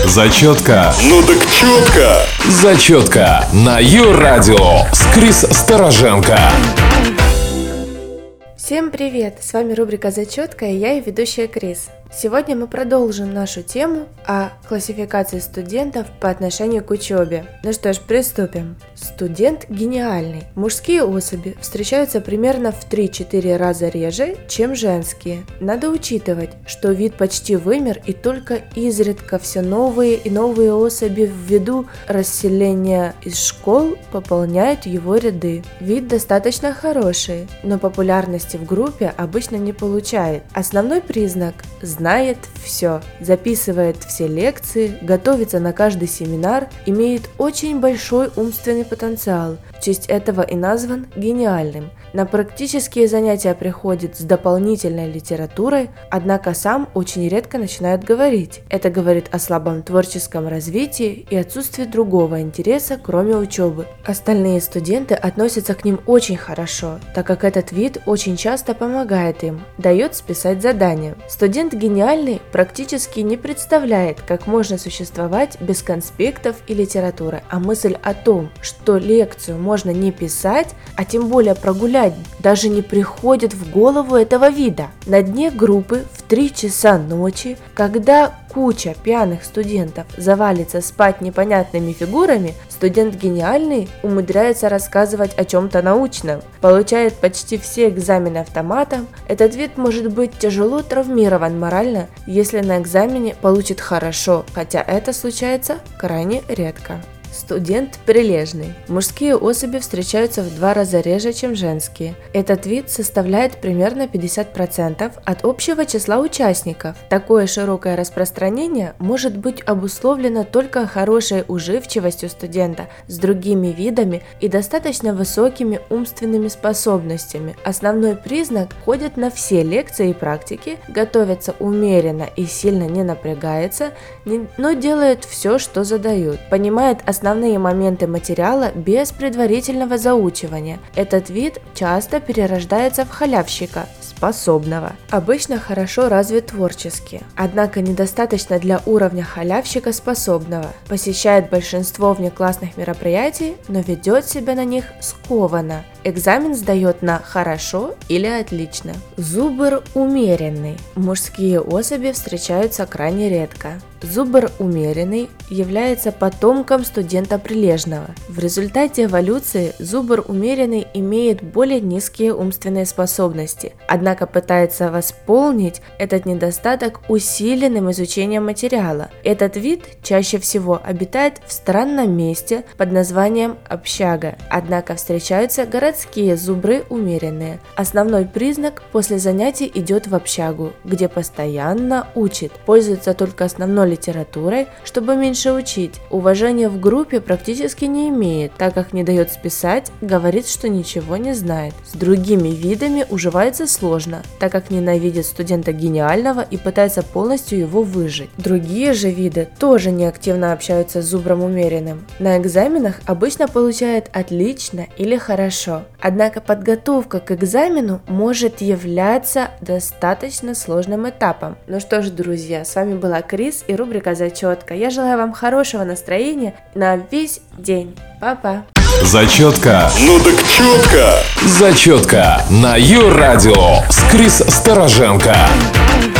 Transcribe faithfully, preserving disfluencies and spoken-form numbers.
Зачетка. Ну так четко. Зачетка на Ю-радио с Крис Стороженко. Всем привет! С вами рубрика «Зачетка» и я, ее ведущая Крис. Сегодня мы продолжим нашу тему о классификации студентов по отношению к учебе. Ну что ж, приступим. Студент гениальный. Мужские особи встречаются примерно в три-четыре раза реже, чем женские. Надо учитывать, что вид почти вымер, и только изредка все новые и новые особи ввиду расселения из школ пополняют его ряды. Вид достаточно хороший, но популярности в группе обычно не получает. Основной признак – знает все, записывает все лекции, готовится на каждый семинар, имеет очень большой умственный потенциал. В честь этого и назван гениальным. На практические занятия приходит с дополнительной литературой, однако сам очень редко начинает говорить. Это говорит о слабом творческом развитии и отсутствии другого интереса, кроме учебы. Остальные студенты относятся к ним очень хорошо, так как этот вид очень часто помогает им, дает списать задания. Студент гениальный практически не представляет, как можно существовать без конспектов и литературы, а мысль о том, что лекцию можно не писать, а тем более прогулять, даже не приходит в голову этого вида. На дне группы в три часа ночи, когда куча пьяных студентов завалится спать непонятными фигурами, студент гениальный умудряется рассказывать о чем-то научном, получает почти все экзамены автоматом. Этот вид может быть тяжело травмирован морально, если на экзамене получит хорошо, хотя это случается крайне редко. Студент прилежный. Мужские особи встречаются в два раза реже, чем женские. Этот вид составляет примерно пятьдесят процентов от общего числа участников. Такое широкое распространение может быть обусловлено только хорошей уживчивостью студента с другими видами и достаточно высокими умственными способностями. Основной признак – ходит на все лекции и практики, готовится умеренно и сильно не напрягается, но делает все, что задают, понимает основные Основные моменты материала без предварительного заучивания. Этот вид часто перерождается в халявщика, способного. Обычно хорошо развит творчески, однако недостаточно для уровня халявщика способного. Посещает большинство внеклассных мероприятий, но ведет себя на них скованно. Экзамен сдает на «хорошо» или «отлично». Зубр умеренный. Мужские особи встречаются крайне редко. Зубр умеренный является потомком студента прилежного. В результате эволюции зубр умеренный имеет более низкие умственные способности, однако пытается восполнить этот недостаток усиленным изучением материала. Этот вид чаще всего обитает в странном месте под названием общага, однако встречаются городские зубры умеренные. Основной признак – после занятий идет в общагу, где постоянно учит, пользуется только основной литературой, чтобы меньше учить. Уважения в группе практически не имеет, так как не дает списать, говорит, что ничего не знает. С другими видами уживается сложно, так как ненавидит студента гениального и пытается полностью его выжить. Другие же виды тоже неактивно общаются с зубром умеренным. На экзаменах обычно получает отлично или хорошо. Однако подготовка к экзамену может являться достаточно сложным этапом. Ну что ж, друзья, с вами была Крис и рубрика «Зачетка». Я желаю вам хорошего настроения на весь день. Па-па! Зачетка. Ну так четко. Зачетка на Ю-радио с Крис Стороженко.